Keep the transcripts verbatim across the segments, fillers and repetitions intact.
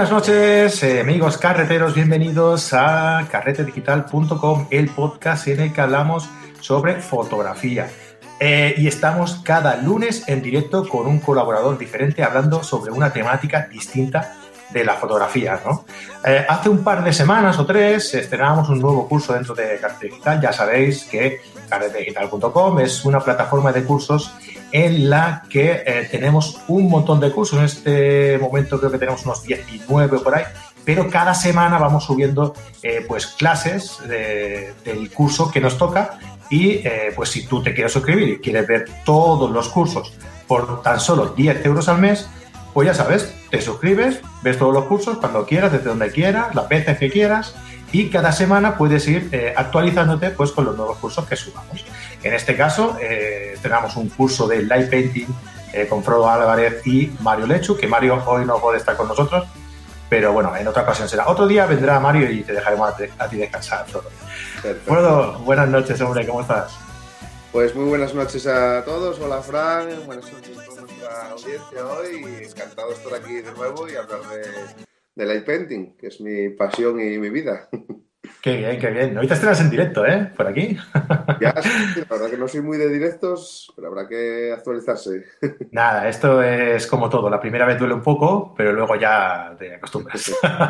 Buenas noches, eh, amigos carreteros, bienvenidos a carrete digital punto com, el podcast en el que hablamos sobre fotografía. Eh, y estamos cada lunes en directo con un colaborador diferente hablando sobre una temática distinta de la fotografía, ¿no? Eh, hace un par de semanas o tres estrenábamos un nuevo curso dentro de Carrete Digital. Ya sabéis que carrete digital punto com es una plataforma de cursos en la que eh, tenemos un montón de cursos. En este momento creo que tenemos unos diecinueve por ahí, pero cada semana vamos subiendo eh, pues clases de, del curso que nos toca y eh, pues si tú te quieres suscribir y quieres ver todos los cursos por tan solo diez euros al mes, pues ya sabes, te suscribes, ves todos los cursos cuando quieras, desde donde quieras, las veces que quieras, y cada semana puedes ir eh, actualizándote pues con los nuevos cursos que subamos. En este caso, eh, tenemos un curso de light painting eh, con Frodo Álvarez y Mario Lechu, que Mario hoy no puede estar con nosotros, pero bueno, en otra ocasión será. Otro día vendrá Mario y te dejaremos a, te, a ti descansar, Frodo. Frodo, buenas noches, hombre, ¿cómo estás? Pues muy buenas noches a todos. Hola, Fran, buenas noches a toda nuestra audiencia hoy y encantado de estar aquí de nuevo y hablar de, de light painting, que es mi pasión y mi vida. Qué bien, qué bien. Hoy te estrenas en directo, ¿eh? Por aquí. Ya, sí, la verdad que no soy muy de directos, pero habrá que actualizarse. Nada, esto es como todo. La primera vez duele un poco, pero luego ya te acostumbras.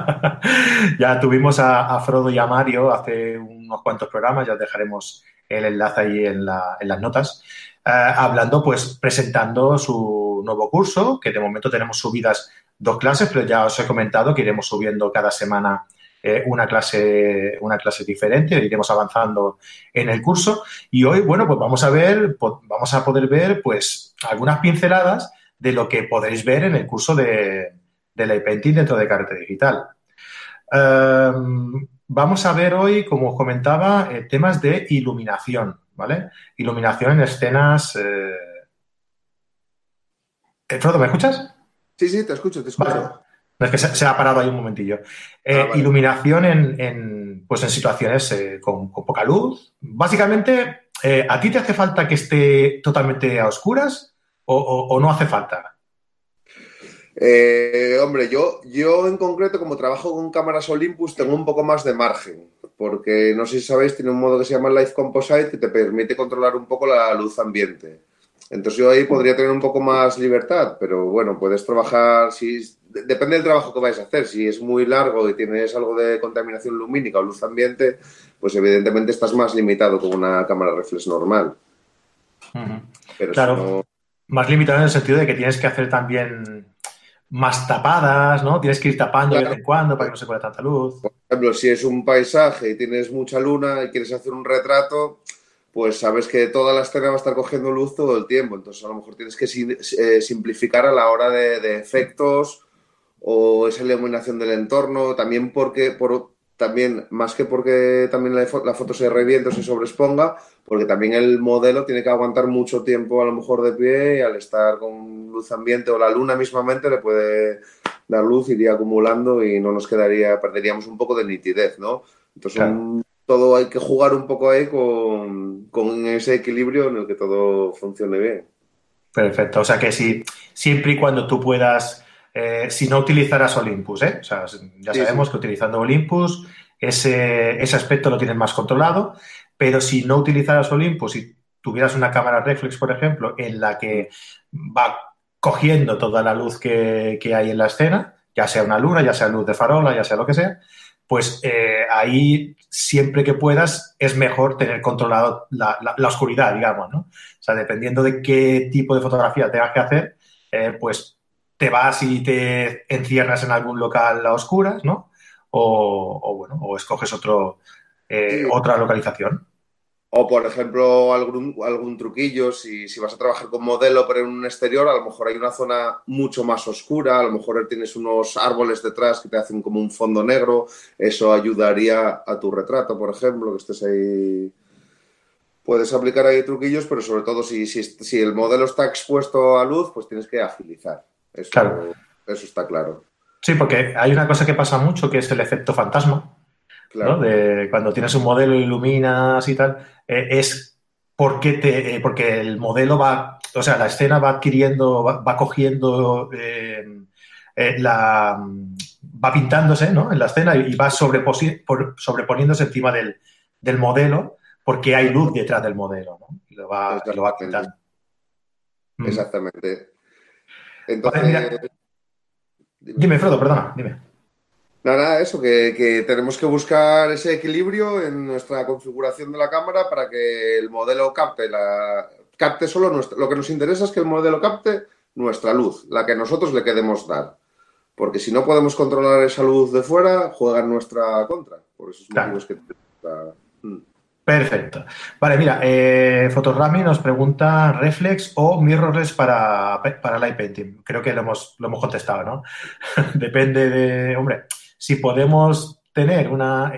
Ya tuvimos a, a Frodo y a Mario hace unos cuantos programas, ya os dejaremos el enlace ahí en, la, en las notas, eh, hablando, pues, presentando su nuevo curso, que de momento tenemos subidas dos clases, pero ya os he comentado que iremos subiendo cada semana eh, una clase, una clase diferente, iremos avanzando en el curso. Y hoy, bueno, pues vamos a ver, pues, vamos a poder ver, pues, algunas pinceladas de lo que podréis ver en el curso de, de light painting dentro de Carrete Digital. Um, vamos a ver hoy, como os comentaba, eh, temas de iluminación, ¿vale? Iluminación en escenas... Eh... Eh, Frodo, ¿me escuchas? Sí, sí, te escucho, te escucho. Vale. No, es que se, se ha parado ahí un momentillo. Eh, ah, vale. Iluminación en, en, pues en situaciones eh, con, con poca luz. Básicamente, eh, ¿a ti te hace falta que esté totalmente a oscuras o, o, o no hace falta? Eh, hombre, yo, yo en concreto, como trabajo con cámaras Olympus, tengo un poco más de margen, porque no sé si sabéis, tiene un modo que se llama Light Composite que te permite controlar un poco la luz ambiente. Entonces yo ahí podría tener un poco más libertad, pero bueno, puedes trabajar, si depende del trabajo que vais a hacer. Si es muy largo y tienes algo de contaminación lumínica o luz ambiente, pues evidentemente estás más limitado con una cámara reflex normal. Uh-huh. Pero claro, si no... más limitado en el sentido de que tienes que hacer también más tapadas, ¿no? Tienes que ir tapando claro. de vez en cuando para que no se cuele tanta luz. Por ejemplo, si es un paisaje y tienes mucha luna y quieres hacer un retrato, pues sabes que toda la escena va a estar cogiendo luz todo el tiempo. Entonces, a lo mejor tienes que eh, simplificar a la hora de, de efectos o esa iluminación del entorno. También porque, por, también, más que porque también la, la foto se reviente o se sobreexponga, porque también el modelo tiene que aguantar mucho tiempo a lo mejor de pie y al estar con luz ambiente o la luna mismamente le puede dar luz, iría acumulando y no nos quedaría, perderíamos un poco de nitidez, ¿no? Entonces, claro. un, todo hay que jugar un poco ahí con, con ese equilibrio en el que todo funcione bien. Perfecto. O sea que si, siempre y cuando tú puedas, eh, si no utilizaras Olympus, ¿eh? O sea, ya sí, sabemos sí. que utilizando Olympus ese, ese aspecto lo tienes más controlado, pero si no utilizaras Olympus y tuvieras una cámara reflex, por ejemplo, en la que va cogiendo toda la luz que, que hay en la escena, ya sea una luna, ya sea luz de farola, ya sea lo que sea, pues eh, ahí siempre que puedas es mejor tener controlado la, la, la oscuridad, digamos, ¿no? O sea, dependiendo de qué tipo de fotografía tengas que hacer, eh, pues te vas y te encierras en algún local a oscuras, ¿no? O, o bueno, o escoges otro, eh, sí. otra localización. O, por ejemplo, algún, algún truquillo, si, si vas a trabajar con modelo pero en un exterior, a lo mejor hay una zona mucho más oscura, a lo mejor tienes unos árboles detrás que te hacen como un fondo negro, eso ayudaría a tu retrato, por ejemplo, que estés ahí... Puedes aplicar ahí truquillos, pero sobre todo si, si, si el modelo está expuesto a luz, pues tienes que agilizar. Eso, claro. Eso está claro. Sí, porque hay una cosa que pasa mucho, que es el efecto fantasma. Claro. ¿No? De cuando tienes un modelo y iluminas y tal, eh, es porque, te, eh, porque el modelo va, o sea, la escena va adquiriendo, va, va cogiendo eh, eh, la, va pintándose, ¿no?, en la escena y va sobreposi- por, sobreponiéndose encima del, del modelo porque hay luz detrás del modelo, ¿no? Y lo va, y lo va Exactamente. pintando. Mm. Exactamente. Vale, Entonces, mira, dime. dime, Frodo, perdona, dime. Nada, eso, que, que tenemos que buscar ese equilibrio en nuestra configuración de la cámara para que el modelo capte la, capte solo nuestra, lo que nos interesa es que el modelo capte nuestra luz, la que nosotros le queremos dar. Porque si no podemos controlar esa luz de fuera, juega en nuestra contra. Por esos Claro. motivos que... Mm. Perfecto. Vale, mira, eh, Fotorami nos pregunta reflex o mirrorless para, para light painting. Creo que lo hemos, lo hemos contestado, ¿no? Depende de, hombre, si podemos tener una...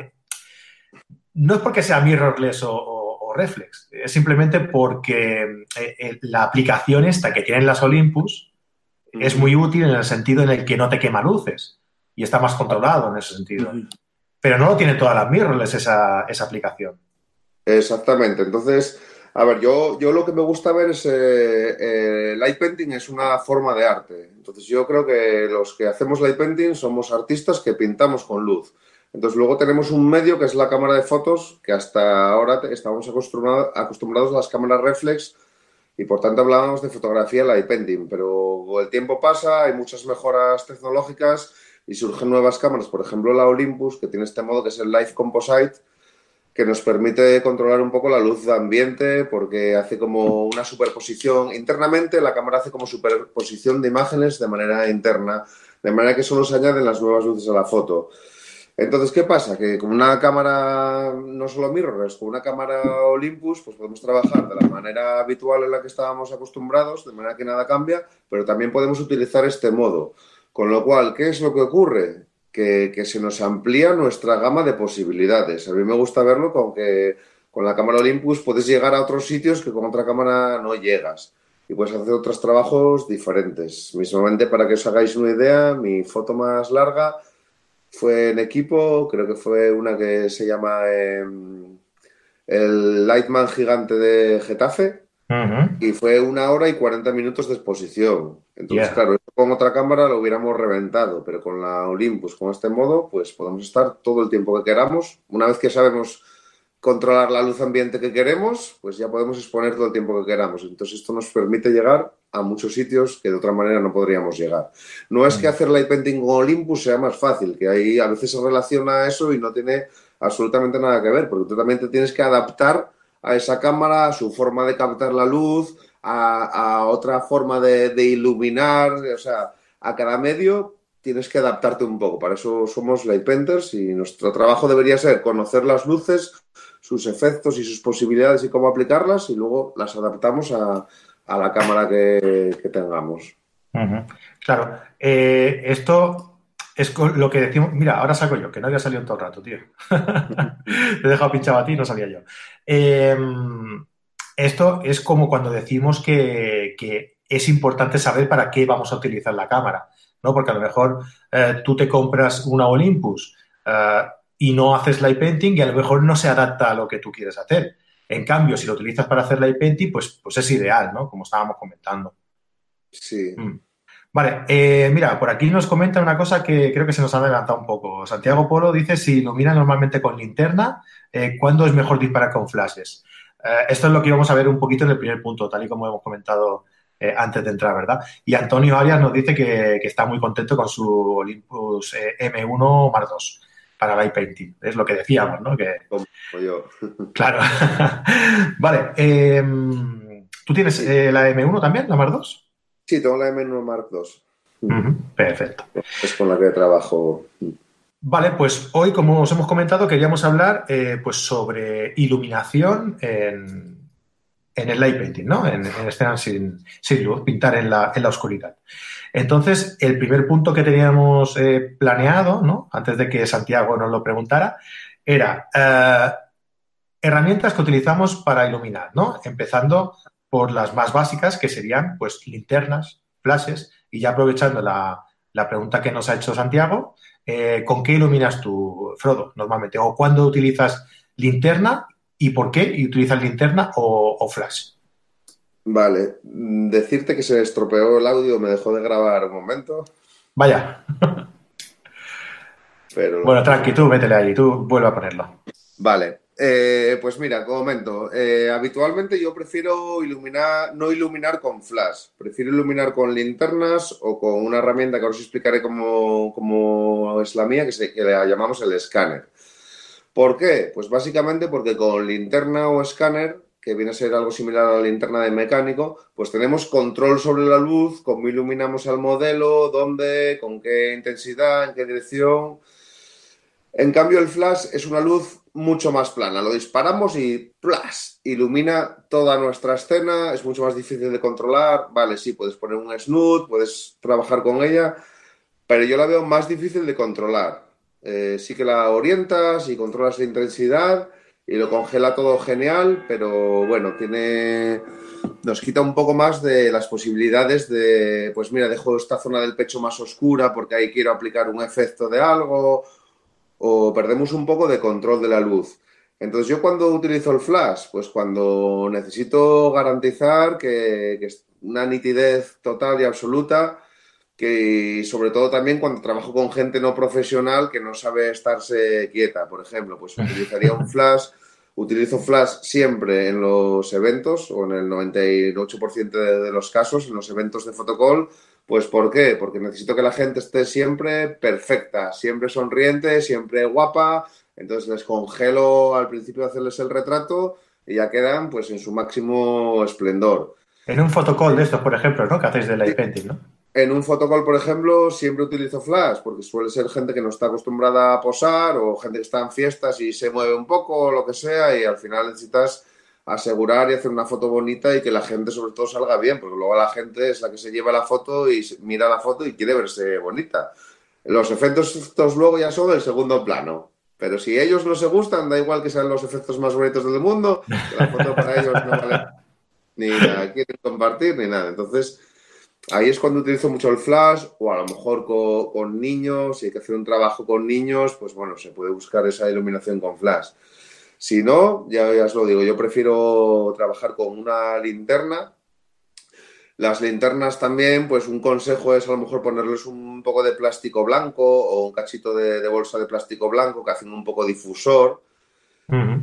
No es porque sea mirrorless o, o, o reflex, es simplemente porque eh, la aplicación esta que tienen las Olympus uh-huh. es muy útil en el sentido en el que no te quema luces y está más controlado en ese sentido. Uh-huh. Pero no lo tienen todas las mirrorless esa, esa aplicación. Exactamente. Entonces, a ver, yo, yo lo que me gusta ver es eh, eh, light painting es una forma de arte. Entonces, yo creo que los que hacemos light painting somos artistas que pintamos con luz. Entonces, luego tenemos un medio que es la cámara de fotos, que hasta ahora estamos acostumbrados, acostumbrados a las cámaras reflex y, por tanto, hablábamos de fotografía light painting. Pero el tiempo pasa, hay muchas mejoras tecnológicas y surgen nuevas cámaras. Por ejemplo, la Olympus, que tiene este modo que es el Live Composite, que nos permite controlar un poco la luz de ambiente porque hace como una superposición. Internamente la cámara hace como superposición de imágenes de manera interna, de manera que solo se añaden las nuevas luces a la foto. Entonces, ¿qué pasa? Que con una cámara, no solo mirrorless, con una cámara Olympus, pues podemos trabajar de la manera habitual en la que estábamos acostumbrados, de manera que nada cambia, pero también podemos utilizar este modo. Con lo cual, ¿qué es lo que ocurre? Que, que se nos amplía nuestra gama de posibilidades. A mí me gusta verlo con que con la cámara Olympus puedes llegar a otros sitios que con otra cámara no llegas y puedes hacer otros trabajos diferentes. Mismamente, para que os hagáis una idea, mi foto más larga fue en equipo, creo que fue una que se llama eh, el Lightman gigante de Getafe. Uh-huh. Y fue una hora y cuarenta minutos de exposición. Entonces, yeah. claro, con otra cámara lo hubiéramos reventado, pero con la Olympus, con este modo, pues podemos estar todo el tiempo que queramos. Una vez que sabemos controlar la luz ambiente que queremos, pues ya podemos exponer todo el tiempo que queramos. Entonces, esto nos permite llegar a muchos sitios que de otra manera no podríamos llegar. No es uh-huh. que hacer light painting con Olympus sea más fácil, que ahí a veces se relaciona eso y no tiene absolutamente nada que ver, porque tú también te tienes que adaptar a esa cámara, a su forma de captar la luz, a, a otra forma de, de iluminar, o sea, a cada medio tienes que adaptarte un poco. Para eso somos light painters y nuestro trabajo debería ser conocer las luces, sus efectos y sus posibilidades y cómo aplicarlas y luego las adaptamos a, a la cámara que, que tengamos. Uh-huh. Claro, eh, esto... Es lo que decimos... Mira, ahora saco yo, que no había salido en todo el rato, tío. Te he dejado pinchado a ti y no salía yo. Eh, esto es como cuando decimos que, que es importante saber para qué vamos a utilizar la cámara, ¿no? Porque a lo mejor eh, tú te compras una Olympus eh, y no haces light painting y a lo mejor no se adapta a lo que tú quieres hacer. En cambio, si lo utilizas para hacer light painting, pues, pues es ideal, ¿no? Como estábamos comentando. Sí. Mm. Vale, eh, mira, por aquí nos comenta una cosa que creo que se nos ha adelantado un poco. Santiago Polo dice si ilumina normalmente con linterna, eh, ¿cuándo es mejor disparar con flashes? Eh, esto es lo que íbamos a ver un poquito en el primer punto, tal y como hemos comentado eh, antes de entrar, ¿verdad? Y Antonio Arias nos dice que, que está muy contento con su Olympus eh, eme uno Mark dos para light painting. Es lo que decíamos, ¿no? Que... Como yo. Claro. Vale, eh, ¿tú tienes Sí. eh, la eme uno también, la Mark dos? Sí, tengo la eme uno Mark dos. Uh-huh. Perfecto. Es con la que trabajo. Vale, pues hoy, como os hemos comentado, queríamos hablar eh, pues sobre iluminación en, en el light painting, ¿no? En, en escenas sin, sin luz, pintar en la, en la oscuridad. Entonces, el primer punto que teníamos eh, planeado, ¿no? Antes de que Santiago nos lo preguntara, era eh, herramientas que utilizamos para iluminar, ¿no? Empezando por las más básicas, que serían, pues, linternas, flashes, y ya aprovechando la, la pregunta que nos ha hecho Santiago, eh, ¿con qué iluminas tú, Frodo, normalmente? ¿O cuándo utilizas linterna y por qué? ¿Y utilizas linterna o, o flash? Vale. Decirte que se estropeó el audio, me dejó de grabar un momento. Vaya. Pero Bueno, tranqui, tú métele ahí, tú vuelve a ponerlo. Vale, eh, pues mira, comento. Eh, habitualmente yo prefiero iluminar, no iluminar con flash, prefiero iluminar con linternas o con una herramienta que ahora os explicaré cómo, cómo es la mía, que, se, que la llamamos el escáner. ¿Por qué? Pues básicamente porque con linterna o escáner, que viene a ser algo similar a la linterna de mecánico, pues tenemos control sobre la luz, cómo iluminamos al modelo, dónde, con qué intensidad, en qué dirección. En cambio, el flash es una luz mucho más plana. Lo disparamos y ¡plas! Ilumina toda nuestra escena. Es mucho más difícil de controlar. Vale, sí, puedes poner un snoot, puedes trabajar con ella, pero yo la veo más difícil de controlar. Eh, sí que la orientas y controlas la intensidad y lo congela todo genial, pero bueno, tiene... nos quita un poco más de las posibilidades de, pues mira, dejo esta zona del pecho más oscura porque ahí quiero aplicar un efecto de algo, o perdemos un poco de control de la luz. Entonces, yo cuando utilizo el flash, pues cuando necesito garantizar que, que es una nitidez total y absoluta, que sobre todo también cuando trabajo con gente no profesional que no sabe estarse quieta, por ejemplo, pues utilizaría un flash. Utilizo flash siempre en los eventos, o en el noventa y ocho por ciento de, de los casos, en los eventos de Photocall. Pues ¿por qué? Porque necesito que la gente esté siempre perfecta, siempre sonriente, siempre guapa. Entonces les congelo al principio de hacerles el retrato y ya quedan pues en su máximo esplendor. En un fotocall de estos, por ejemplo, ¿no? Que hacéis de light painting, ¿no? En un fotocall, por ejemplo, siempre utilizo flash, porque suele ser gente que no está acostumbrada a posar o gente que está en fiestas y se mueve un poco o lo que sea, y al final necesitas asegurar y hacer una foto bonita y que la gente sobre todo salga bien, porque luego la gente es la que se lleva la foto y mira la foto y quiere verse bonita. Los efectos estos luego ya son el segundo plano, pero si ellos no se gustan, da igual que sean los efectos más bonitos del mundo, que la foto para ellos no vale ni la quieren compartir ni nada. Entonces... ahí es cuando utilizo mucho el flash, o a lo mejor con, con niños, si hay que hacer un trabajo con niños, pues bueno, se puede buscar esa iluminación con flash. Si no, ya, ya os lo digo, yo prefiero trabajar con una linterna. Las linternas también, pues un consejo es a lo mejor ponerles un poco de plástico blanco o un cachito de, de bolsa de plástico blanco que hacen un poco difusor. Uh-huh.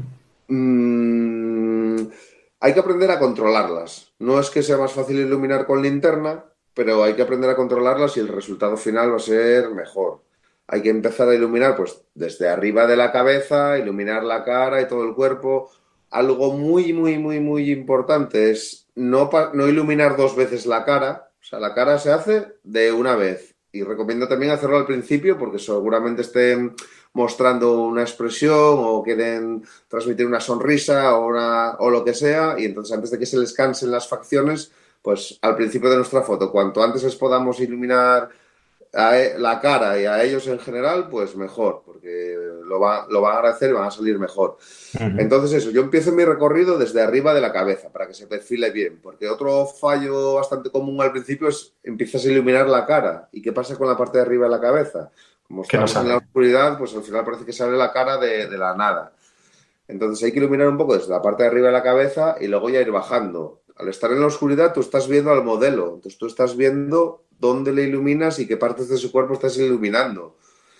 Mm, hay que aprender a controlarlas. No es que sea más fácil iluminar con linterna, pero hay que aprender a controlarlas y el resultado final va a ser mejor. Hay que empezar a iluminar pues desde arriba de la cabeza, iluminar la cara y todo el cuerpo. Algo muy, muy, muy, muy importante es no, no iluminar dos veces la cara. O sea, la cara se hace de una vez. Y recomiendo también hacerlo al principio porque seguramente estén mostrando una expresión o quieren transmitir una sonrisa o, una, o lo que sea. Y entonces antes de que se les cansen las facciones, pues al principio de nuestra foto, cuanto antes les podamos iluminar a la cara y a ellos en general, pues mejor, porque lo, va, lo van a agradecer y van a salir mejor. Uh-huh. Entonces eso, yo empiezo mi recorrido desde arriba de la cabeza para que se perfile bien, porque otro fallo bastante común al principio es empiezas a iluminar la cara. ¿Y qué pasa con la parte de arriba de la cabeza? Como estamos no en la oscuridad, pues al final parece que sale la cara de, de la nada. Entonces hay que iluminar un poco desde la parte de arriba de la cabeza y luego ya ir bajando. Al estar en la oscuridad tú estás viendo al modelo, entonces tú estás viendo dónde le iluminas y qué partes de su cuerpo estás iluminando.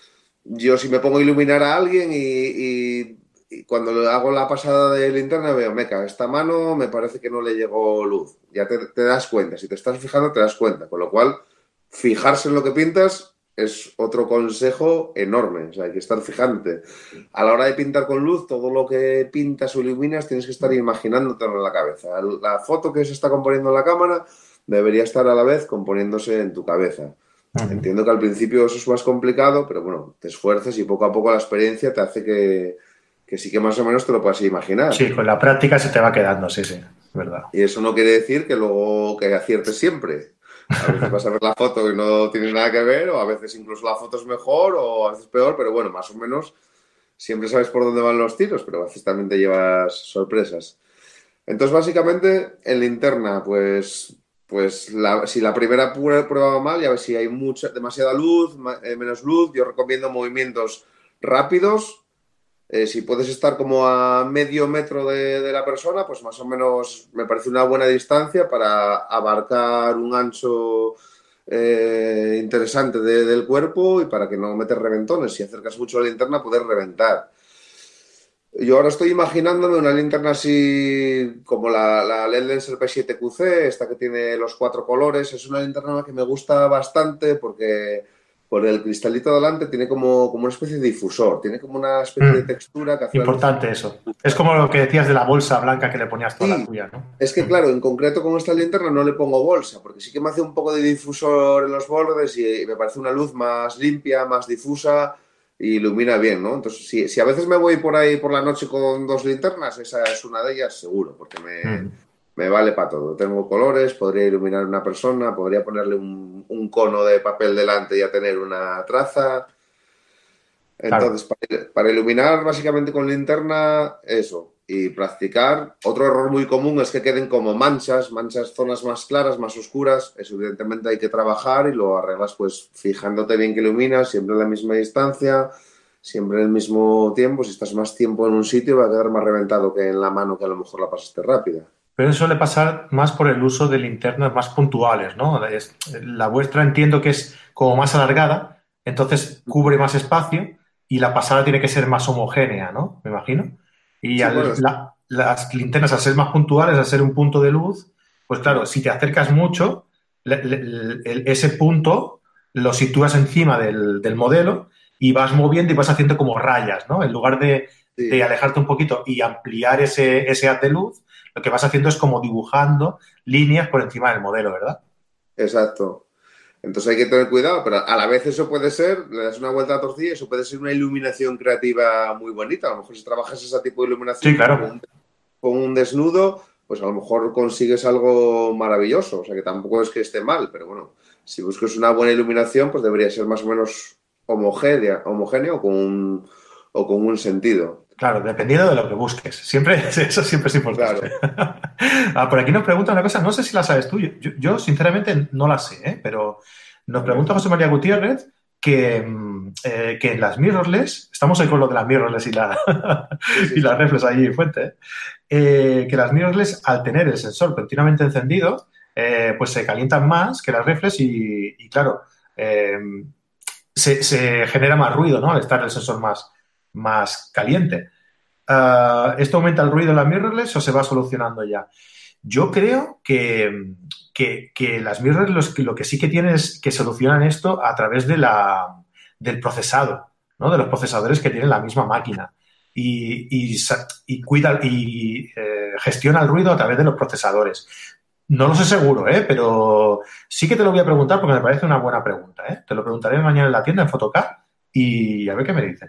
Yo si me pongo a iluminar a alguien y, y, y cuando le hago la pasada de linterna veo, meca, esta mano me parece que no le llegó luz. Ya te, te das cuenta, si te estás fijando te das cuenta, con lo cual fijarse en lo que pintas es otro consejo enorme, o sea, hay que estar fijante. A la hora de pintar con luz, todo lo que pintas o iluminas tienes que estar imaginándotelo en la cabeza. La foto que se está componiendo en la cámara debería estar a la vez componiéndose en tu cabeza. Uh-huh. Entiendo que al principio eso es más complicado, pero bueno, te esfuerzas y poco a poco la experiencia te hace que, que sí que más o menos te lo puedas imaginar. Sí, con la práctica se te va quedando, sí, sí, es verdad. Y eso no quiere decir que luego que aciertes siempre. A veces vas a ver la foto y no tiene nada que ver, o a veces incluso la foto es mejor, o a veces peor, pero bueno, más o menos siempre sabes por dónde van los tiros, pero a veces también te llevas sorpresas. Entonces, básicamente, en linterna, pues, pues la, si la primera prueba va mal, ya ves si hay mucha, demasiada luz, menos luz, yo recomiendo movimientos rápidos. Eh, si puedes estar como a medio metro de, de la persona, pues más o menos me parece una buena distancia para abarcar un ancho eh, interesante de, del cuerpo y para que no metes reventones. Si acercas mucho la linterna, poder reventar. Yo ahora estoy imaginándome una linterna así como la, la L E D Lenser P siete Q C, esta que tiene los cuatro colores. Es una linterna que me gusta bastante porque por el cristalito delante tiene como, como una especie de difusor, tiene como una especie de Mm, textura que hace la luz. importante eso. Es como lo que decías de la bolsa blanca que le ponías toda la Sí, tuya, ¿no? es que Mm, claro, en concreto con esta linterna no le pongo bolsa, porque sí que me hace un poco de difusor en los bordes y, y me parece una luz más limpia, más difusa y ilumina bien, ¿no? Entonces, si, si a veces me voy por ahí por la noche con dos linternas, esa es una de ellas seguro, porque me, mm. me vale para todo. Tengo colores, podría iluminar a una persona, podría ponerle un, un cono de papel delante y ya tener una traza. Claro. Entonces, para, para iluminar básicamente con linterna, eso. Y practicar. Otro error muy común es que queden como manchas, manchas, zonas más claras, más oscuras. Eso evidentemente hay que trabajar y lo arreglas pues fijándote bien que iluminas, siempre a la misma distancia, siempre en el mismo tiempo. Si estás más tiempo en un sitio va a quedar más reventado que en la mano que a lo mejor la pasaste rápida. Pero eso suele pasar más por el uso de linternas más puntuales, ¿no? Es- la vuestra entiendo que es como más alargada, entonces cubre más espacio y la pasada tiene que ser más homogénea, ¿no? Me imagino. Y Sí, bueno, al- la- las linternas, al ser más puntuales, al ser un punto de luz, pues claro, si te acercas mucho, le- le- el- ese punto lo sitúas encima del, del modelo y vas moviendo y vas haciendo como rayas, ¿no? En lugar de, de sí, alejarte un poquito y ampliar ese, ese haz de luz, lo que vas haciendo es como dibujando líneas por encima del modelo, ¿verdad? exacto. Entonces hay que tener cuidado, pero a la vez eso puede ser, le das una vuelta a la tortilla, eso puede ser una iluminación creativa muy bonita. A lo mejor si trabajas ese tipo de Sí, iluminación con claro. un, con un desnudo, pues a lo mejor consigues algo maravilloso. O sea que tampoco es que esté mal, pero bueno, si buscas una buena iluminación, pues debería ser más o menos homogénea, homogéneo o con un, o con un sentido. Claro, dependiendo de lo que busques. Siempre, eso siempre es importante. Claro. Ah, por aquí nos pregunta una cosa, no sé si la sabes tú, yo, yo, sinceramente no la sé, ¿eh? Pero nos A ver. pregunta José María Gutiérrez que, mm, eh, que en las mirrorless, estamos ahí con lo de las mirrorless y la, Sí, sí, y las sí. reflex ahí fuente, ¿eh? Eh, que las mirrorless al tener el sensor continuamente encendido, eh, pues se calientan más que las reflex y, y claro, eh, se, se, genera más ruido, ¿no? Al estar el sensor más, más caliente. Uh, ¿Esto aumenta el ruido en la mirrorless o se va solucionando ya? Yo creo que, que, que las mirrorless lo, lo que sí que tienen es que solucionan esto a través de la, del procesado, ¿no? De los procesadores que tiene la misma máquina. Y, y, y cuida y eh, gestiona el ruido a través de los procesadores. No lo sé seguro, ¿eh? Pero sí que te lo voy a preguntar porque me parece una buena pregunta, ¿eh? Te lo preguntaré mañana en la tienda en Photocard y a ver qué me dicen.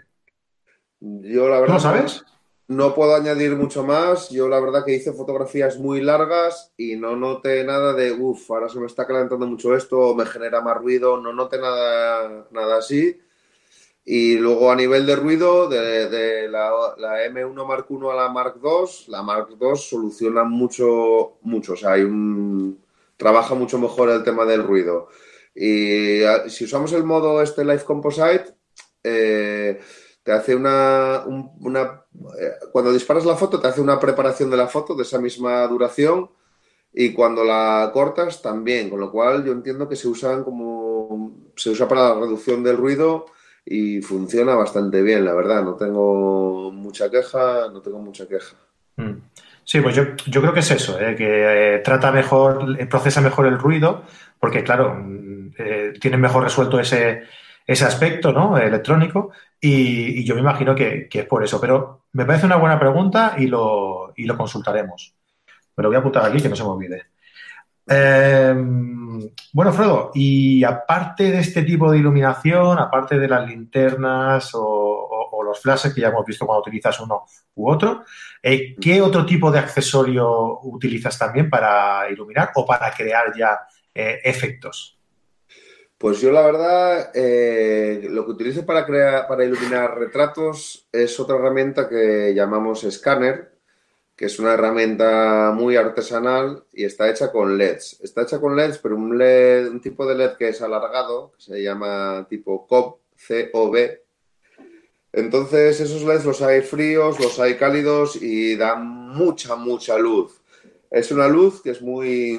Yo la ¿Tú lo verdad no, sabes? no puedo añadir mucho más. Yo la verdad que hice fotografías muy largas y no noté nada de, uff, ahora se me está calentando mucho esto, me genera más ruido. No noté nada, nada así. Y luego a nivel de ruido, de, de la, la M uno Mark uno a la Mark dos, la Mark dos soluciona mucho, mucho. O sea, hay un, trabaja mucho mejor el tema del ruido. Y a, si usamos el modo este Live Composite, eh, te hace una, un, una eh, cuando disparas la foto, te hace una preparación de la foto de esa misma duración y cuando la cortas también, con lo cual yo entiendo que se usan como se usa para la reducción del ruido y funciona bastante bien, la verdad. No tengo mucha queja, no tengo mucha queja. Mm. Sí, pues yo, yo creo que es eso, ¿eh? Que eh, trata mejor, eh, procesa mejor el ruido, porque claro, mm, eh, tienen mejor resuelto ese, ese aspecto, ¿no? Electrónico, y, y yo me imagino que, que es por eso. Pero me parece una buena pregunta y lo, y lo consultaremos. Me lo voy a apuntar aquí que no se me olvide. Eh, bueno, Frodo, y aparte de este tipo de iluminación, aparte de las linternas o, o- o los flashes que ya hemos visto cuando utilizas uno u otro, eh, ¿qué otro tipo de accesorio utilizas también para iluminar o para crear ya eh, efectos? Pues yo la verdad, eh, lo que utilizo para crear, para iluminar retratos es otra herramienta que llamamos escáner, que es una herramienta muy artesanal y está hecha con L E Ds. Está hecha con L E Ds, pero un L E D, un tipo de L E D que es alargado, que se llama tipo C O B, C O B. Entonces esos L E Ds los hay fríos, los hay cálidos y dan mucha, mucha luz. Es una luz que es muy,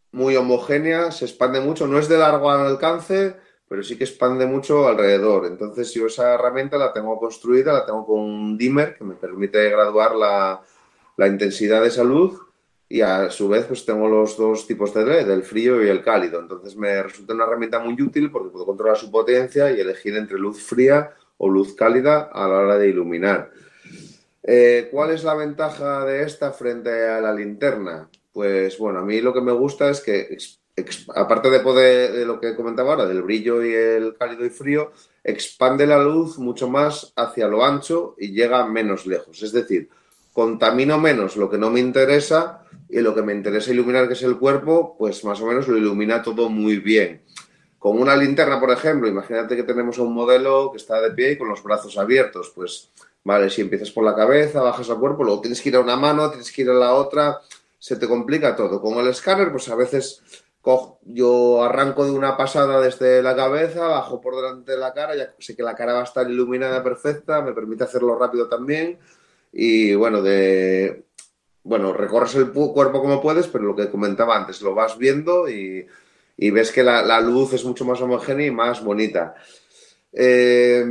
muy homogénea, se expande mucho, no es de largo alcance, pero sí que expande mucho alrededor. Entonces yo esa herramienta la tengo construida, la tengo con un dimmer que me permite graduar la, la intensidad de esa luz y a su vez pues tengo los dos tipos de L E D, el frío y el cálido. Entonces me resulta una herramienta muy útil porque puedo controlar su potencia y elegir entre luz fría o luz cálida a la hora de iluminar. Eh, ¿Cuál es la ventaja de esta frente a la linterna? Pues bueno, a mí lo que me gusta es que, ex- ex- aparte de poder, de lo que comentaba ahora, del brillo y el cálido y frío, expande la luz mucho más hacia lo ancho y llega menos lejos. Es decir, contamino menos lo que no me interesa y lo que me interesa iluminar, que es el cuerpo, pues más o menos lo ilumina todo muy bien. Con una linterna, por ejemplo, imagínate que tenemos a un modelo que está de pie y con los brazos abiertos, pues vale, si empiezas por la cabeza, bajas al cuerpo, luego tienes que ir a una mano, tienes que ir a la otra, se te complica todo. Con el escáner, pues a veces cojo, yo arranco de una pasada desde la cabeza, bajo por delante de la cara, ya sé que la cara va a estar iluminada perfecta, me permite hacerlo rápido también y bueno, de bueno, recorres el cuerpo como puedes, pero lo que comentaba antes, lo vas viendo y, y ves que la, la, luz es mucho más homogénea y más bonita. Eh,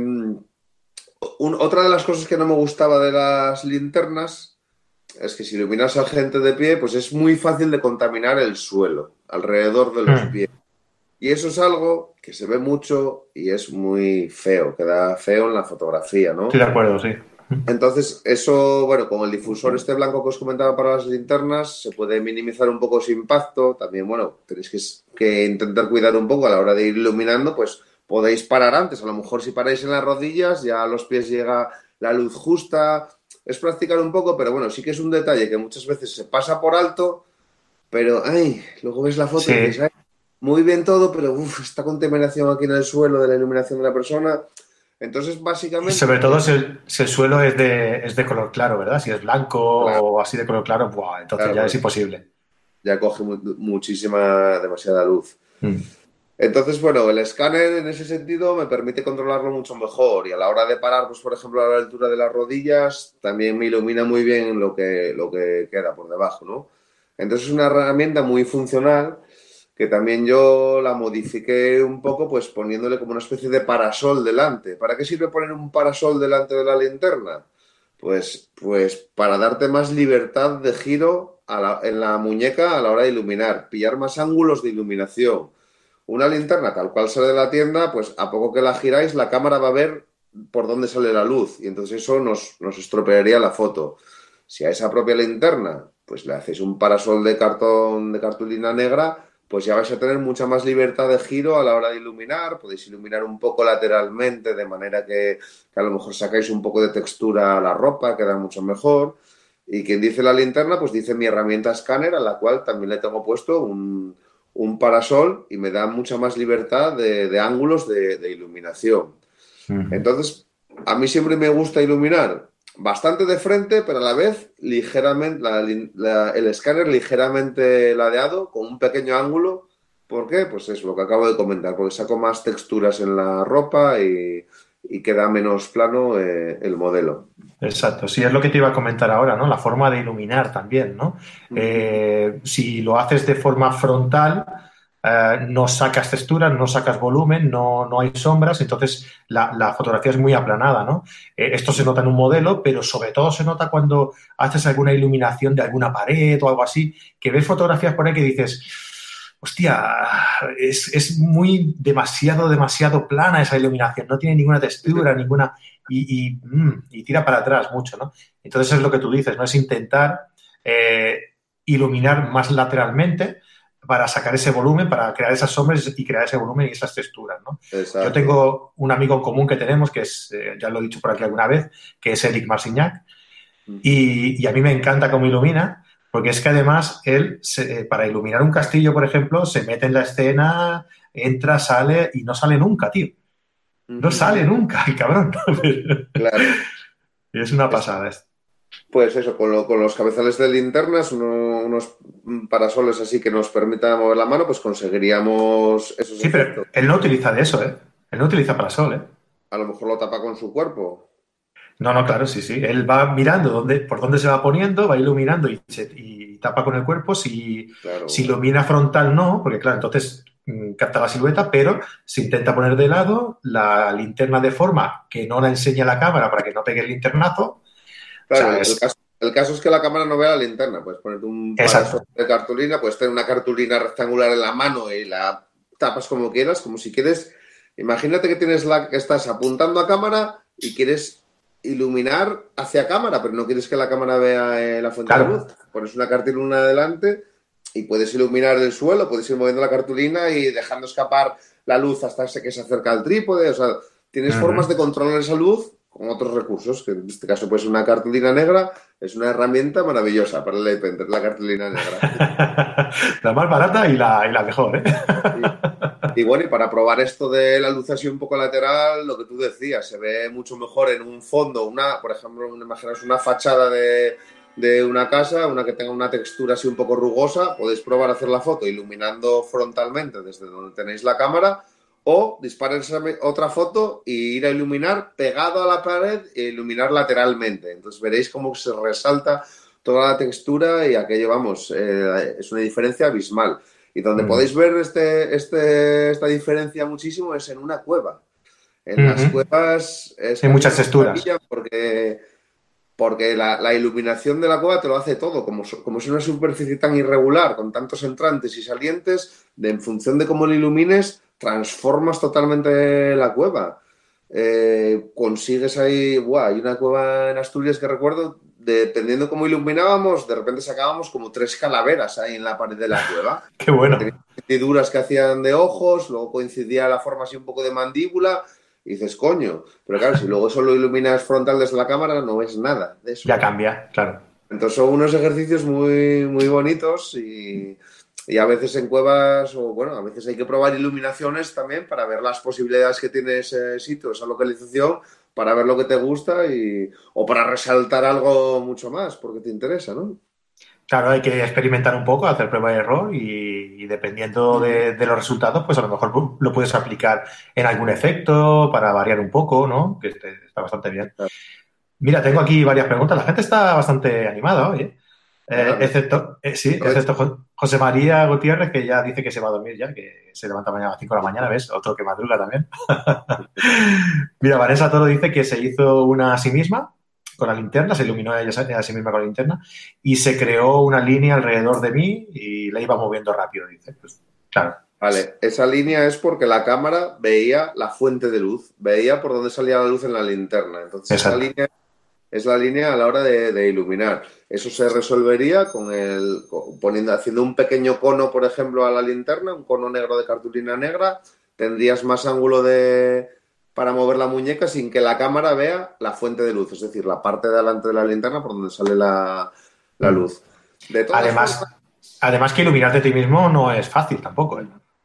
un, otra de las cosas que no me gustaba de las linternas es que si iluminas a gente de pie, pues es muy fácil de contaminar el suelo alrededor de los Hmm. pies. Y eso es algo que se ve mucho y es muy feo, queda feo en la fotografía, Estoy ¿no? de acuerdo, sí. Entonces, eso, bueno, con el difusor este blanco que os comentaba para las linternas, se puede minimizar un poco ese impacto. También, bueno, tenéis que, que intentar cuidar un poco a la hora de ir iluminando, pues podéis parar antes. A lo mejor si paráis en las rodillas, ya a los pies llega la luz justa. Es practicar un poco, pero bueno, sí que es un detalle que muchas veces se pasa por alto, pero, ay, luego ves la foto y dices, Sí. ay, muy bien todo, pero uf, esta contaminación aquí en el suelo de la iluminación de la persona. Entonces, Y básicamente, sobre todo si el, si el suelo es de, es de color claro, ¿verdad? Si es blanco claro, o así de color claro, ¡buah! Entonces claro, ya es porque imposible. ya coge mu muchísima, demasiada luz. Mm. Entonces, bueno, el escáner en ese sentido me permite controlarlo mucho mejor y a la hora de parar, pues por ejemplo, a la altura de las rodillas, también me ilumina muy bien lo que, lo que queda por debajo, ¿no? Entonces es una herramienta muy funcional que también yo la modifiqué un poco, pues poniéndole como una especie de parasol delante. ¿Para qué sirve poner un parasol delante de la linterna? Pues, pues para darte más libertad de giro a la, en la muñeca a la hora de iluminar, pillar más ángulos de iluminación. Una linterna tal cual sale de la tienda, pues a poco que la giráis, la cámara va a ver por dónde sale la luz y entonces eso nos, nos estropearía la foto. Si a esa propia linterna, pues le hacéis un parasol de cartón, de cartulina negra, pues ya vais a tener mucha más libertad de giro a la hora de iluminar. Podéis iluminar un poco lateralmente, de manera que, que a lo mejor sacáis un poco de textura a la ropa, queda mucho mejor. Y quien dice la linterna, pues dice mi herramienta escáner, a la cual también le tengo puesto un, un parasol y me da mucha más libertad de, de ángulos de, de iluminación. Ujú. Entonces, a mí siempre me gusta iluminar bastante de frente, pero a la vez ligeramente, la, la, el escáner ligeramente ladeado, con un pequeño ángulo. ¿Por qué? Pues es lo que acabo de comentar, porque saco más texturas en la ropa y, y queda menos plano eh, el modelo. Exacto, sí, es lo que te iba a comentar ahora, ¿no? La forma de iluminar también, ¿no? Eh, si lo haces de forma frontal, eh, no sacas texturas, no sacas volumen, no, no hay sombras, entonces la, la fotografía es muy aplanada, ¿no? Eh, esto se nota en un modelo, pero sobre todo se nota cuando haces alguna iluminación de alguna pared o algo así, que ves fotografías por ahí que dices, hostia, es, es muy demasiado, demasiado plana esa iluminación, no tiene ninguna textura, ninguna y, y, mm, y tira para atrás mucho, ¿no? Entonces es lo que tú dices, ¿no? Es intentar eh, iluminar más lateralmente para sacar ese volumen, para crear esas sombras y crear ese volumen y esas texturas, ¿no? Yo Exacto. tengo un amigo en común que tenemos, que es, eh, ya lo he dicho por aquí alguna vez, que es Eric Marcignac, y, y a mí me encanta cómo ilumina, porque es que además él, se, eh, para iluminar un castillo, por ejemplo, se mete en la escena, entra, sale y no sale nunca, tío. No sale nunca, el cabrón. Claro. Es una Es, pasada esto. pues eso, con, lo, con los cabezales de linternas, uno, unos parasoles así que nos permitan mover la mano, pues conseguiríamos esos Sí, pero efectos. él no utiliza de eso, ¿eh? Él no utiliza parasol, ¿eh? A lo mejor lo tapa con su cuerpo. No, no, claro, sí, sí. Él va mirando dónde, por dónde se va poniendo, va iluminando y, se- y tapa con el cuerpo. Si, si Claro, ilumina frontal, no, porque claro, entonces mm, capta la silueta, pero se intenta poner de lado la linterna de forma que no la enseñe a la cámara para que no pegue el linternazo. O claro, sea, el, el es caso, el caso es que la cámara no vea la linterna. Puedes ponerte un parasote exacto. de cartulina, puedes tener una cartulina rectangular en la mano y la tapas como quieras, como si quieres. Imagínate que tienes la, que estás apuntando a cámara y quieres iluminar hacia cámara, pero no quieres que la cámara vea eh, la fuente de luz. Claro. Pones una cartulina adelante y puedes iluminar el suelo, puedes ir moviendo la cartulina y dejando escapar la luz hasta que se acerca al trípode. O sea, tienes formas de Ujú. controlar esa luz con otros recursos, que en este caso puede ser una cartulina negra, es una herramienta maravillosa para el Light Painter, la cartulina negra. La más barata y la, y la mejor, ¿eh? Y, y bueno, y para probar esto de la luz así un poco lateral, lo que tú decías, se ve mucho mejor en un fondo, una, por ejemplo, imaginaos una fachada de, de una casa, una que tenga una textura así un poco rugosa, podéis probar a hacer la foto iluminando frontalmente desde donde tenéis la cámara o disparar otra foto e ir a iluminar pegado a la pared e iluminar lateralmente. Entonces veréis cómo se resalta toda la textura y aquello, vamos, eh, es una diferencia abismal. Y donde Mm. podéis ver este, este, esta diferencia muchísimo es en una cueva. En las Ujú. cuevas es Hay que a mí muchas me texturas. maravilla porque, porque la, la iluminación de la cueva te lo hace todo. Como, como es una superficie tan irregular, con tantos entrantes y salientes, de, en función de cómo lo ilumines, transformas totalmente la cueva. Eh, consigues ahí, buah, hay una cueva en Asturias que recuerdo, dependiendo cómo iluminábamos, de repente sacábamos como tres calaveras ahí en la pared de la cueva, Qué porque tenía bueno. hendiduras que hacían de ojos, luego coincidía la forma así un poco de mandíbula, y dices, coño, pero claro, si luego eso lo iluminas frontal desde la cámara, no ves nada de eso. Ya cambia, claro. Entonces son unos ejercicios muy, muy bonitos y, y a veces en cuevas, o bueno, a veces hay que probar iluminaciones también para ver las posibilidades que tiene ese sitio, esa localización, para ver lo que te gusta y, o para resaltar algo mucho más porque te interesa, ¿no? Claro, hay que experimentar un poco, hacer prueba y error y, y dependiendo de, de los resultados, pues a lo mejor pu- lo puedes aplicar en algún efecto para variar un poco, ¿no? Que este- está bastante bien. Mira, tengo aquí varias preguntas. La gente está bastante animada hoy, ¿eh? Eh, Ah, mira, excepto, eh, sí, aprovecha. excepto Jo- José María Gutiérrez, que ya dice que se va a dormir ya, que se levanta mañana a las cinco de la mañana, ¿ves? Otro que madruga también. Mira, Vanessa Toro dice que se hizo una a sí misma con la linterna, se iluminó ella a sí misma con la linterna y se creó una línea alrededor de mí y la iba moviendo rápido, dice. Pues, claro. Vale, esa línea es porque la cámara veía la fuente de luz, veía por dónde salía la luz en la linterna. Entonces esa Exacto. línea es la línea a la hora de, de iluminar. Eso se resolvería con el con- poniendo, haciendo un pequeño cono, por ejemplo, a la linterna, un cono negro de cartulina negra, tendrías más ángulo de para mover la muñeca sin que la cámara vea la fuente de luz, es decir, la parte de delante de la linterna por donde sale la, la Mm. luz. De todas formas, Además, además que iluminarte a ti mismo no es fácil tampoco, ¿eh?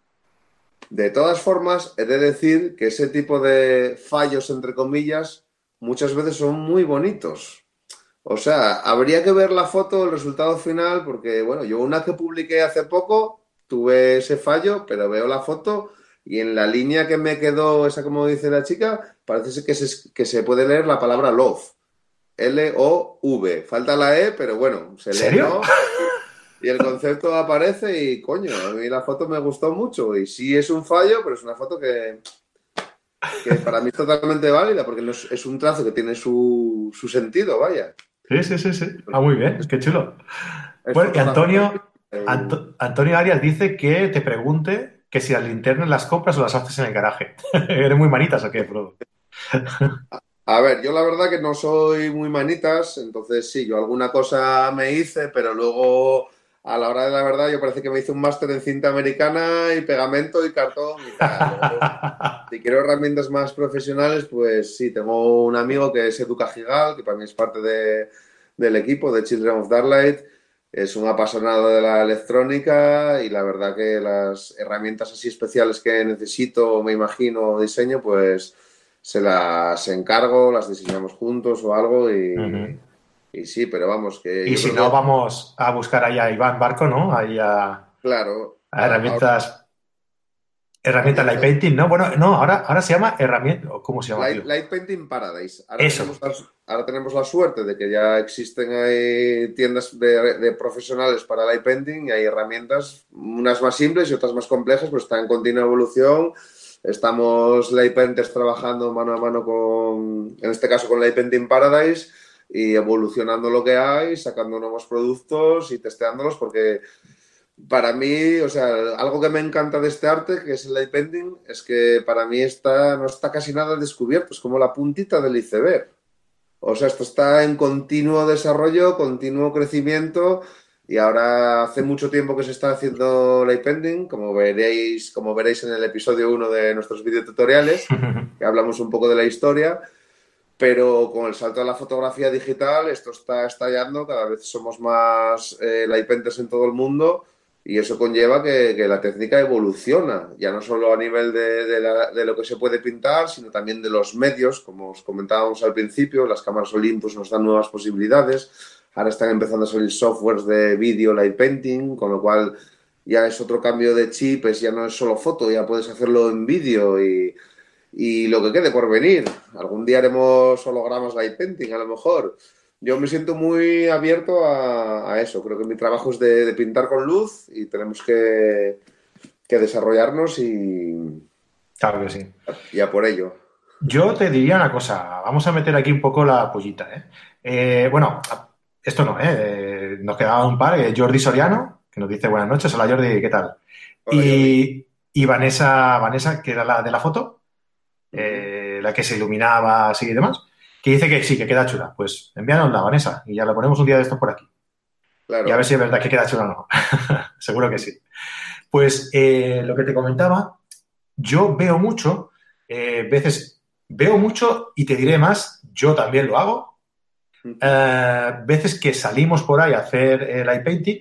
De todas formas, he de decir que ese tipo de fallos, entre comillas, muchas veces son muy bonitos. O sea, habría que ver la foto, el resultado final, porque, bueno, yo una que publiqué hace poco tuve ese fallo, pero veo la foto y en la línea que me quedó, esa como dice la chica, parece ser que se, que se puede leer la palabra love. L O V. Falta la E, pero bueno, se ¿En lee serio? love y el concepto aparece y coño, a mí la foto me gustó mucho y sí es un fallo, pero es una foto que, que para mí es totalmente válida porque no es, es un trazo que tiene su, su sentido, vaya. Sí, sí, sí, sí. Ah, muy bien, Es, qué chulo. es Bueno, y fotografía. Antonio, Anto- Antonio Arias dice que te pregunte que si las linternas las compras o las haces en el garaje. ¿Eres muy manitas o qué, Frodo? A ver, yo la verdad que no soy muy manitas, entonces sí, yo alguna cosa me hice, pero luego a la hora de la verdad yo parece que me hice un máster en cinta americana y pegamento y cartón y tal. Luego, si quiero herramientas más profesionales, pues sí, tengo un amigo que es Educa Gigal, que para mí es parte de, del equipo de Children of Darklight. Es un apasionado de la electrónica y la verdad que las herramientas así especiales que necesito, me imagino, diseño, pues se las encargo, las diseñamos juntos o algo y, Ujú. y sí, pero vamos, que Y yo si creo no, que, vamos a buscar ahí a Iván Barco, ¿no? Ahí a, claro, a a- ahora herramientas. Herramienta Light Painting, ¿no? Bueno, no, ahora, ahora se llama herramienta. ¿Cómo se llama, Light, tío? Light Painting Paradise. Ahora Eso. tenemos, la, ahora tenemos la suerte de que ya existen ahí tiendas de, de profesionales para Light Painting y hay herramientas, unas más simples y otras más complejas, pues están en continua evolución. Estamos Light Painters trabajando mano a mano con, en este caso con Light Painting Paradise y evolucionando lo que hay, sacando nuevos productos y testeándolos porque para mí, o sea, algo que me encanta de este arte, que es el light painting, es que para mí está, no está casi nada descubierto, es como la puntita del iceberg. O sea, esto está en continuo desarrollo, continuo crecimiento y ahora hace mucho tiempo que se está haciendo light painting, como veréis, como veréis en el episodio uno de nuestros videotutoriales, que hablamos un poco de la historia, pero con el salto a la fotografía digital esto está estallando, cada vez somos más eh, light painters en todo el mundo. Y eso conlleva que, que la técnica evoluciona, ya no solo a nivel de, de, la, de lo que se puede pintar, sino también de los medios, como os comentábamos al principio, las cámaras Olympus nos dan nuevas posibilidades, ahora están empezando a salir softwares de vídeo light painting, con lo cual ya es otro cambio de chip, es, ya no es solo foto, ya puedes hacerlo en vídeo y, y lo que quede por venir. Algún día haremos hologramas light painting, a lo mejor. Yo me siento muy abierto a, a eso. Creo que mi trabajo es de, de pintar con luz y tenemos que, que desarrollarnos y, Claro que sí. y a por ello. Yo te diría una cosa, vamos a meter aquí un poco la pollita, ¿eh? Eh, bueno, esto no, ¿eh? Eh, Nos quedaba un par, eh, Jordi Soriano, que nos dice buenas noches, hola Jordi, ¿qué tal? Hola, Jordi. Y, y Vanessa, Vanessa, que era la de la foto, Uh-huh. eh, la que se iluminaba así y demás, que dice que sí, que queda chula. Pues envíanosla, Vanessa, y ya la ponemos un día de estos por aquí. Y a ver Claro. si es verdad que queda chula o no. Seguro que sí. Pues eh, lo que te comentaba, yo veo mucho, eh, veces veo mucho y te diré más, yo también lo hago, Uh-huh. eh, veces que salimos por ahí a hacer el light painting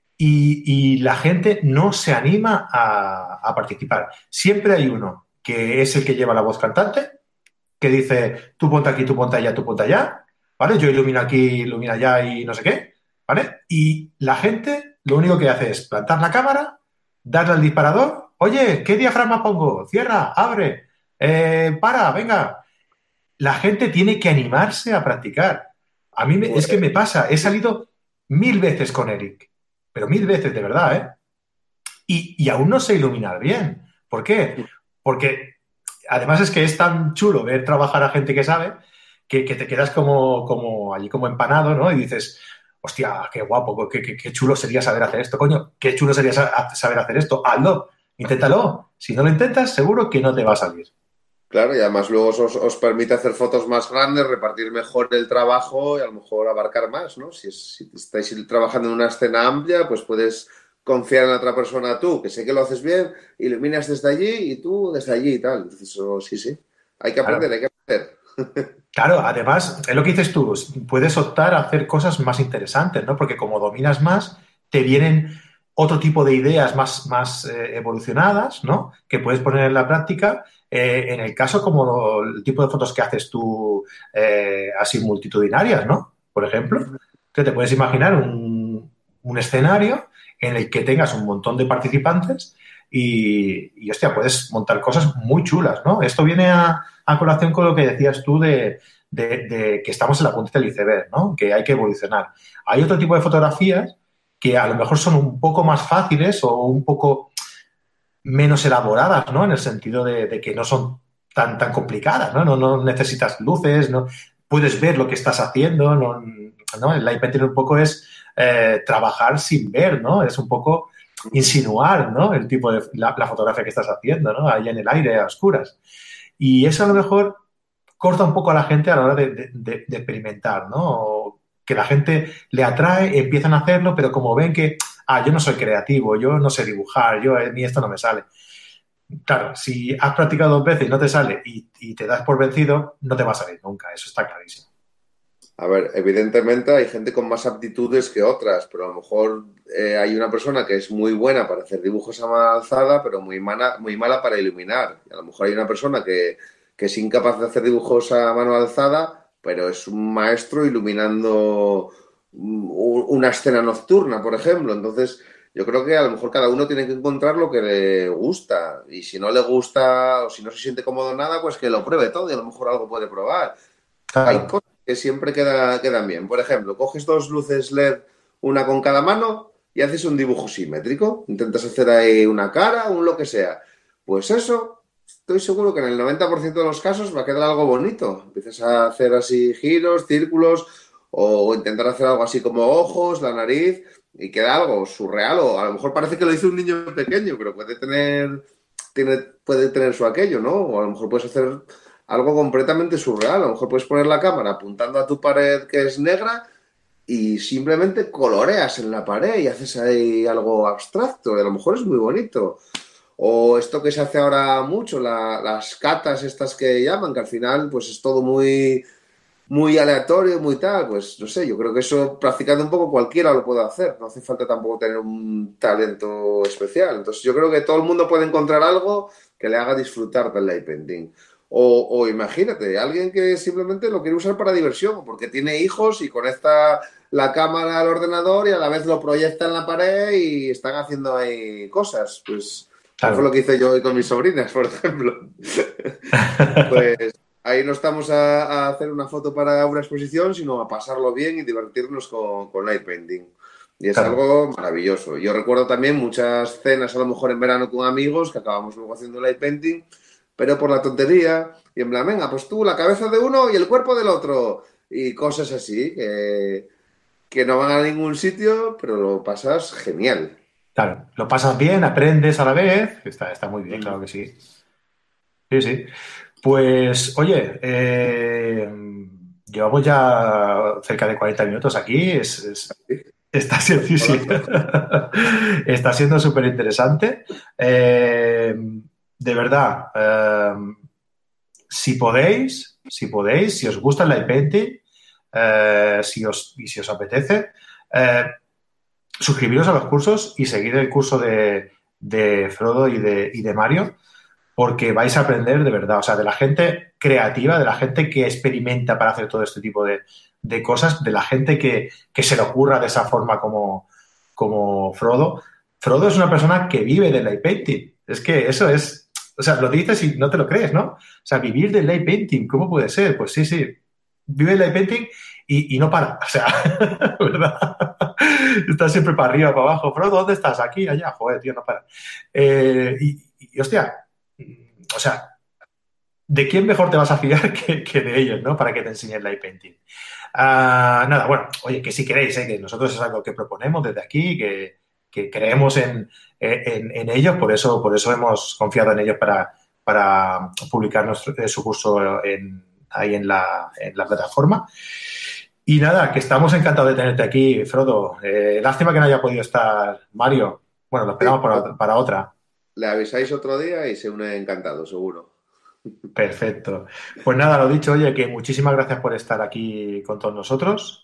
y, y la gente no se anima a, a participar. Siempre hay uno que es el que lleva la voz cantante, que dice, tú ponte aquí, tú ponte allá, tú ponte allá, ¿vale? Yo ilumino aquí, ilumina allá y no sé qué, ¿vale? Y la gente lo único que hace es plantar la cámara, darle al disparador, oye, ¿qué diafragma pongo? Cierra, abre, eh, para, venga. La gente tiene que animarse a practicar. A mí me- Pues, es que me pasa, he salido mil veces con Eric, pero mil veces, de verdad, ¿eh? Y, y aún no sé iluminar bien. ¿Por qué? Porque además es que es tan chulo ver trabajar a gente que sabe que, que te quedas como, como allí como empanado, ¿no? Y dices, hostia, qué guapo, qué, qué, qué chulo sería saber hacer esto, coño, qué chulo sería sa- saber hacer esto, hazlo, inténtalo. Si no lo intentas, seguro que no te va a salir. claro, y además luego os, os permite hacer fotos más grandes, repartir mejor el trabajo y a lo mejor abarcar más, ¿no? Si, es- si estáis trabajando en una escena amplia, pues puedes confiar en la otra persona tú, que sé que lo haces bien, iluminas desde allí y tú desde allí y tal. Entonces, eso sí, sí. Hay que aprender, Claro. hay que aprender. Claro, además, es lo que dices tú, puedes optar a hacer cosas más interesantes, ¿no? Porque como dominas más, te vienen otro tipo de ideas más, más eh, evolucionadas, ¿no? Que puedes poner en la práctica. Eh, en el caso como el tipo de fotos que haces tú eh, así multitudinarias, ¿no? Por ejemplo, que te puedes imaginar un, un escenario en el que tengas un montón de participantes y, y, hostia, puedes montar cosas muy chulas, ¿no? Esto viene a, a colación con lo que decías tú de, de, de, que estamos en la punta del iceberg, ¿no? Que hay que evolucionar. Hay otro tipo de fotografías que a lo mejor son un poco más fáciles o un poco menos elaboradas, ¿no? En el sentido de, de que no son tan, tan complicadas, ¿no? No, no necesitas luces, no puedes ver lo que estás haciendo, no, ¿no? El light painting un poco es eh, trabajar sin ver, ¿no? Es un poco insinuar, ¿no? El tipo de la, la fotografía que estás haciendo, ¿no? Ahí en el aire, a oscuras. Y eso a lo mejor corta un poco a la gente a la hora de, de, de, de experimentar, ¿no? Que la gente le atrae, empiezan a hacerlo, pero como ven que, ah, yo no soy creativo, yo no sé dibujar, yo a mí esto no me sale. Claro, si has practicado dos veces y no te sale y, y te das por vencido, no te va a salir nunca, eso está clarísimo. A ver, evidentemente hay gente con más aptitudes que otras, pero a lo mejor eh, hay una persona que es muy buena para hacer dibujos a mano alzada, pero muy mala, muy mala para iluminar. Y a lo mejor hay una persona que, que es incapaz de hacer dibujos a mano alzada, pero es un maestro iluminando un- una escena nocturna, por ejemplo. Entonces, Yo creo que a lo mejor cada uno tiene que encontrar lo que le gusta y si no le gusta o si no se siente cómodo en nada, pues que lo pruebe todo y a lo mejor algo puede probar. Hay Claro, cosas que siempre queda, quedan bien. Por ejemplo, coges dos luces L E D, una con cada mano y haces un dibujo simétrico. Intentas hacer ahí una cara, un lo que sea. Pues eso, estoy seguro que en el noventa por ciento de los casos va a quedar algo bonito. Empiezas a hacer así giros, círculos o intentar hacer algo así como ojos, la nariz y queda algo surreal o a lo mejor parece que lo hizo un niño pequeño, pero puede tener, tiene, puede tener su aquello, ¿no? O a lo mejor puedes hacer algo completamente surreal. A lo mejor puedes poner la cámara apuntando a tu pared que es negra y simplemente coloreas en la pared y haces ahí algo abstracto. Y a lo mejor es muy bonito. O esto que se hace ahora mucho, la, las catas estas que llaman, que al final pues es todo muy, muy aleatorio, muy tal. Pues no sé, yo creo que eso practicando un poco cualquiera lo puede hacer. No hace falta tampoco tener un talento especial. Entonces yo creo que todo el mundo puede encontrar algo que le haga disfrutar del light painting. O, o imagínate, alguien que simplemente lo quiere usar para diversión, porque tiene hijos y conecta la cámara al ordenador y a la vez lo proyecta en la pared y están haciendo ahí cosas. Pues, como fue lo claro. que hice yo hoy con mis sobrinas, por ejemplo. Pues ahí no estamos a, a hacer una foto para una exposición, sino a pasarlo bien y divertirnos con, con light painting. Y es Claro. algo maravilloso. Yo recuerdo también muchas cenas, a lo mejor en verano con amigos, que acabamos luego haciendo light painting, pero por la tontería, y en plan, venga, pues tú la cabeza de uno y el cuerpo del otro, y cosas así, que, que no van a ningún sitio, pero lo pasas genial. Claro, lo pasas bien, aprendes a la vez, está, está muy bien, claro Mm. que sí. Sí, sí. Pues, oye, eh, llevamos ya cerca de cuarenta minutos aquí, es, es- está siendo, sí, sí. Volando. Está siendo súper interesante. Eh, de verdad, eh, si podéis, si podéis, si os gusta el light painting, eh, si os, y si os apetece, eh, suscribiros a los cursos y seguir el curso de, de Frodo y de, y de Mario, porque vais a aprender de verdad, o sea, de la gente creativa, de la gente que experimenta para hacer todo este tipo de, de cosas, de la gente que, que, se le ocurra de esa forma como, como Frodo. Frodo es una persona que vive del light painting. Es que eso es, o sea, lo dices y no te lo crees, ¿no? O sea, vivir del light painting, ¿cómo puede ser? Pues sí, sí, vive el light painting y, y no para, o sea, ¿verdad? Está siempre para arriba, para abajo. Frodo, ¿dónde estás? Aquí, allá, joder, tío, no para. Eh, y, y, hostia, o sea, ¿de quién mejor te vas a fiar que, que de ellos, ¿no? Para que te enseñen light painting. Uh, nada, bueno, oye, que si queréis, ¿eh? Que nosotros es algo que proponemos desde aquí, que, que creemos en, en, en ellos, por eso, por eso hemos confiado en ellos para, para publicar nuestro, su curso en, ahí en la, en la plataforma. Y nada, que estamos encantados de tenerte aquí, Frodo. Eh, lástima que no haya podido estar Mario. Bueno, lo Sí, esperamos para, para otra. le avisáis otro día y se une encantado, seguro. Perfecto. Pues nada, lo dicho, oye, que muchísimas gracias por estar aquí con todos nosotros.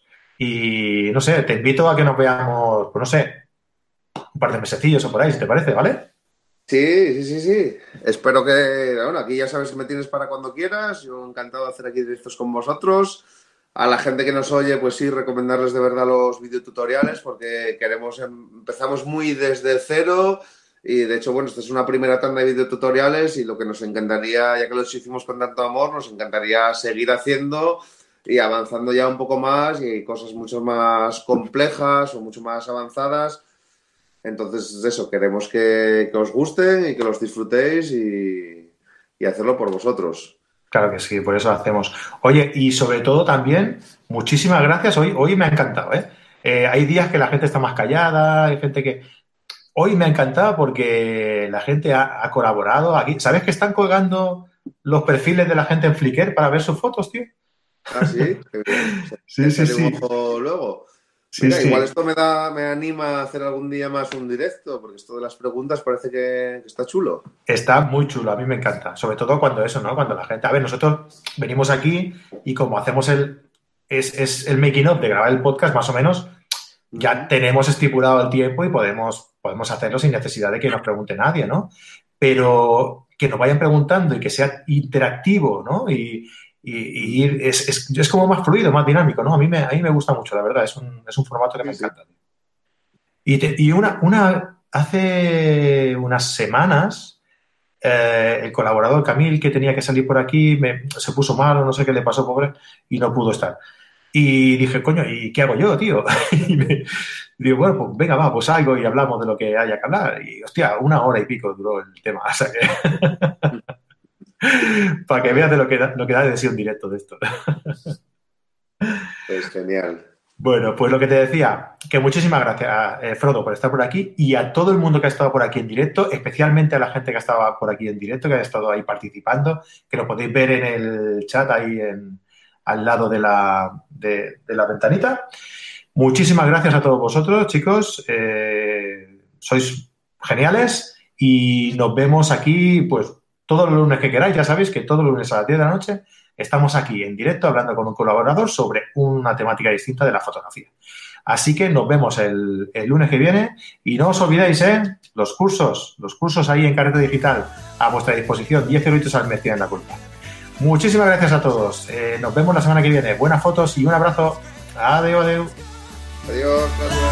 Y no sé, te invito a que nos veamos, pues no sé, un par de mesecillos o por ahí, si te parece, ¿vale? Sí, sí, sí, sí. Espero que, bueno, aquí ya sabes que me tienes para cuando quieras. Yo encantado de hacer aquí directos con vosotros. A la gente que nos oye, pues sí, recomendarles de verdad los videotutoriales porque queremos, em- empezamos muy desde cero y de hecho, bueno, esta es una primera tanda de videotutoriales y lo que nos encantaría, ya que los hicimos con tanto amor, nos encantaría seguir haciendo y avanzando ya un poco más y cosas mucho más complejas o mucho más avanzadas. Entonces, eso, queremos que, que os gusten y que los disfrutéis y, y hacerlo por vosotros. Claro que sí, por eso lo hacemos. Oye, y sobre todo también, muchísimas gracias. Hoy, hoy me ha encantado, ¿eh? Eh, hay días que la gente está más callada, hay gente que... Hoy me ha encantado porque la gente ha, ha colaborado. Aquí, ¿sabes que están colgando los perfiles de la gente en Flickr para ver sus fotos, tío? Ah, sí, qué bien. O sea, Sí, sí, echaré un sí. ojo luego. Sí, Mira, igual sí. esto me da, me anima a hacer algún día más un directo, porque esto de las preguntas parece que, que está chulo. Está muy chulo, a mí me encanta. Sobre todo cuando eso, ¿no? Cuando la gente. A ver, nosotros venimos aquí y como hacemos el. Es, es el making of de grabar el podcast, más o menos, ya Ujú. tenemos estipulado el tiempo y podemos, podemos hacerlo sin necesidad de que nos pregunte nadie, ¿no? Pero que nos vayan preguntando y que sea interactivo, ¿no? Y, y, y ir, es, es, es, como más fluido, más dinámico, ¿no? A mí me, a mí me gusta mucho, la verdad. Es un, es un formato que me Sí, sí. encanta. Y, te, y una, una, hace unas semanas, eh, el colaborador Camil, que tenía que salir por aquí, me, se puso mal o no sé qué le pasó, pobre, y no pudo estar. Y dije, coño, ¿y qué hago yo, tío? Y me, digo, bueno, pues venga, va, pues algo y hablamos de lo que haya que hablar. Y, hostia, una hora y pico duró el tema. O sea que... para que veas de lo que, da, lo que da de sí un directo de esto. Pues genial. Bueno, pues lo que te decía, que muchísimas gracias, eh, Frodo, por estar por aquí y a todo el mundo que ha estado por aquí en directo, especialmente a la gente que ha estado por aquí en directo, que ha estado ahí participando, que lo podéis ver en el chat ahí en, al lado de la, de, de la ventanita. Muchísimas gracias a todos vosotros, chicos. Eh, sois geniales y nos vemos aquí, pues, todos los lunes que queráis. Ya sabéis que todos los lunes a las diez de la noche estamos aquí en directo hablando con un colaborador sobre una temática distinta de la fotografía. Así que nos vemos el, el lunes que viene y no os olvidéis, ¿eh? Los cursos, los cursos ahí en Carrete Digital a vuestra disposición. diez euritos al mes tienen la culpa. Muchísimas gracias a todos. Eh, nos vemos la semana que viene. Buenas fotos y un abrazo. Adeu, adeu. Adiós. Adiós.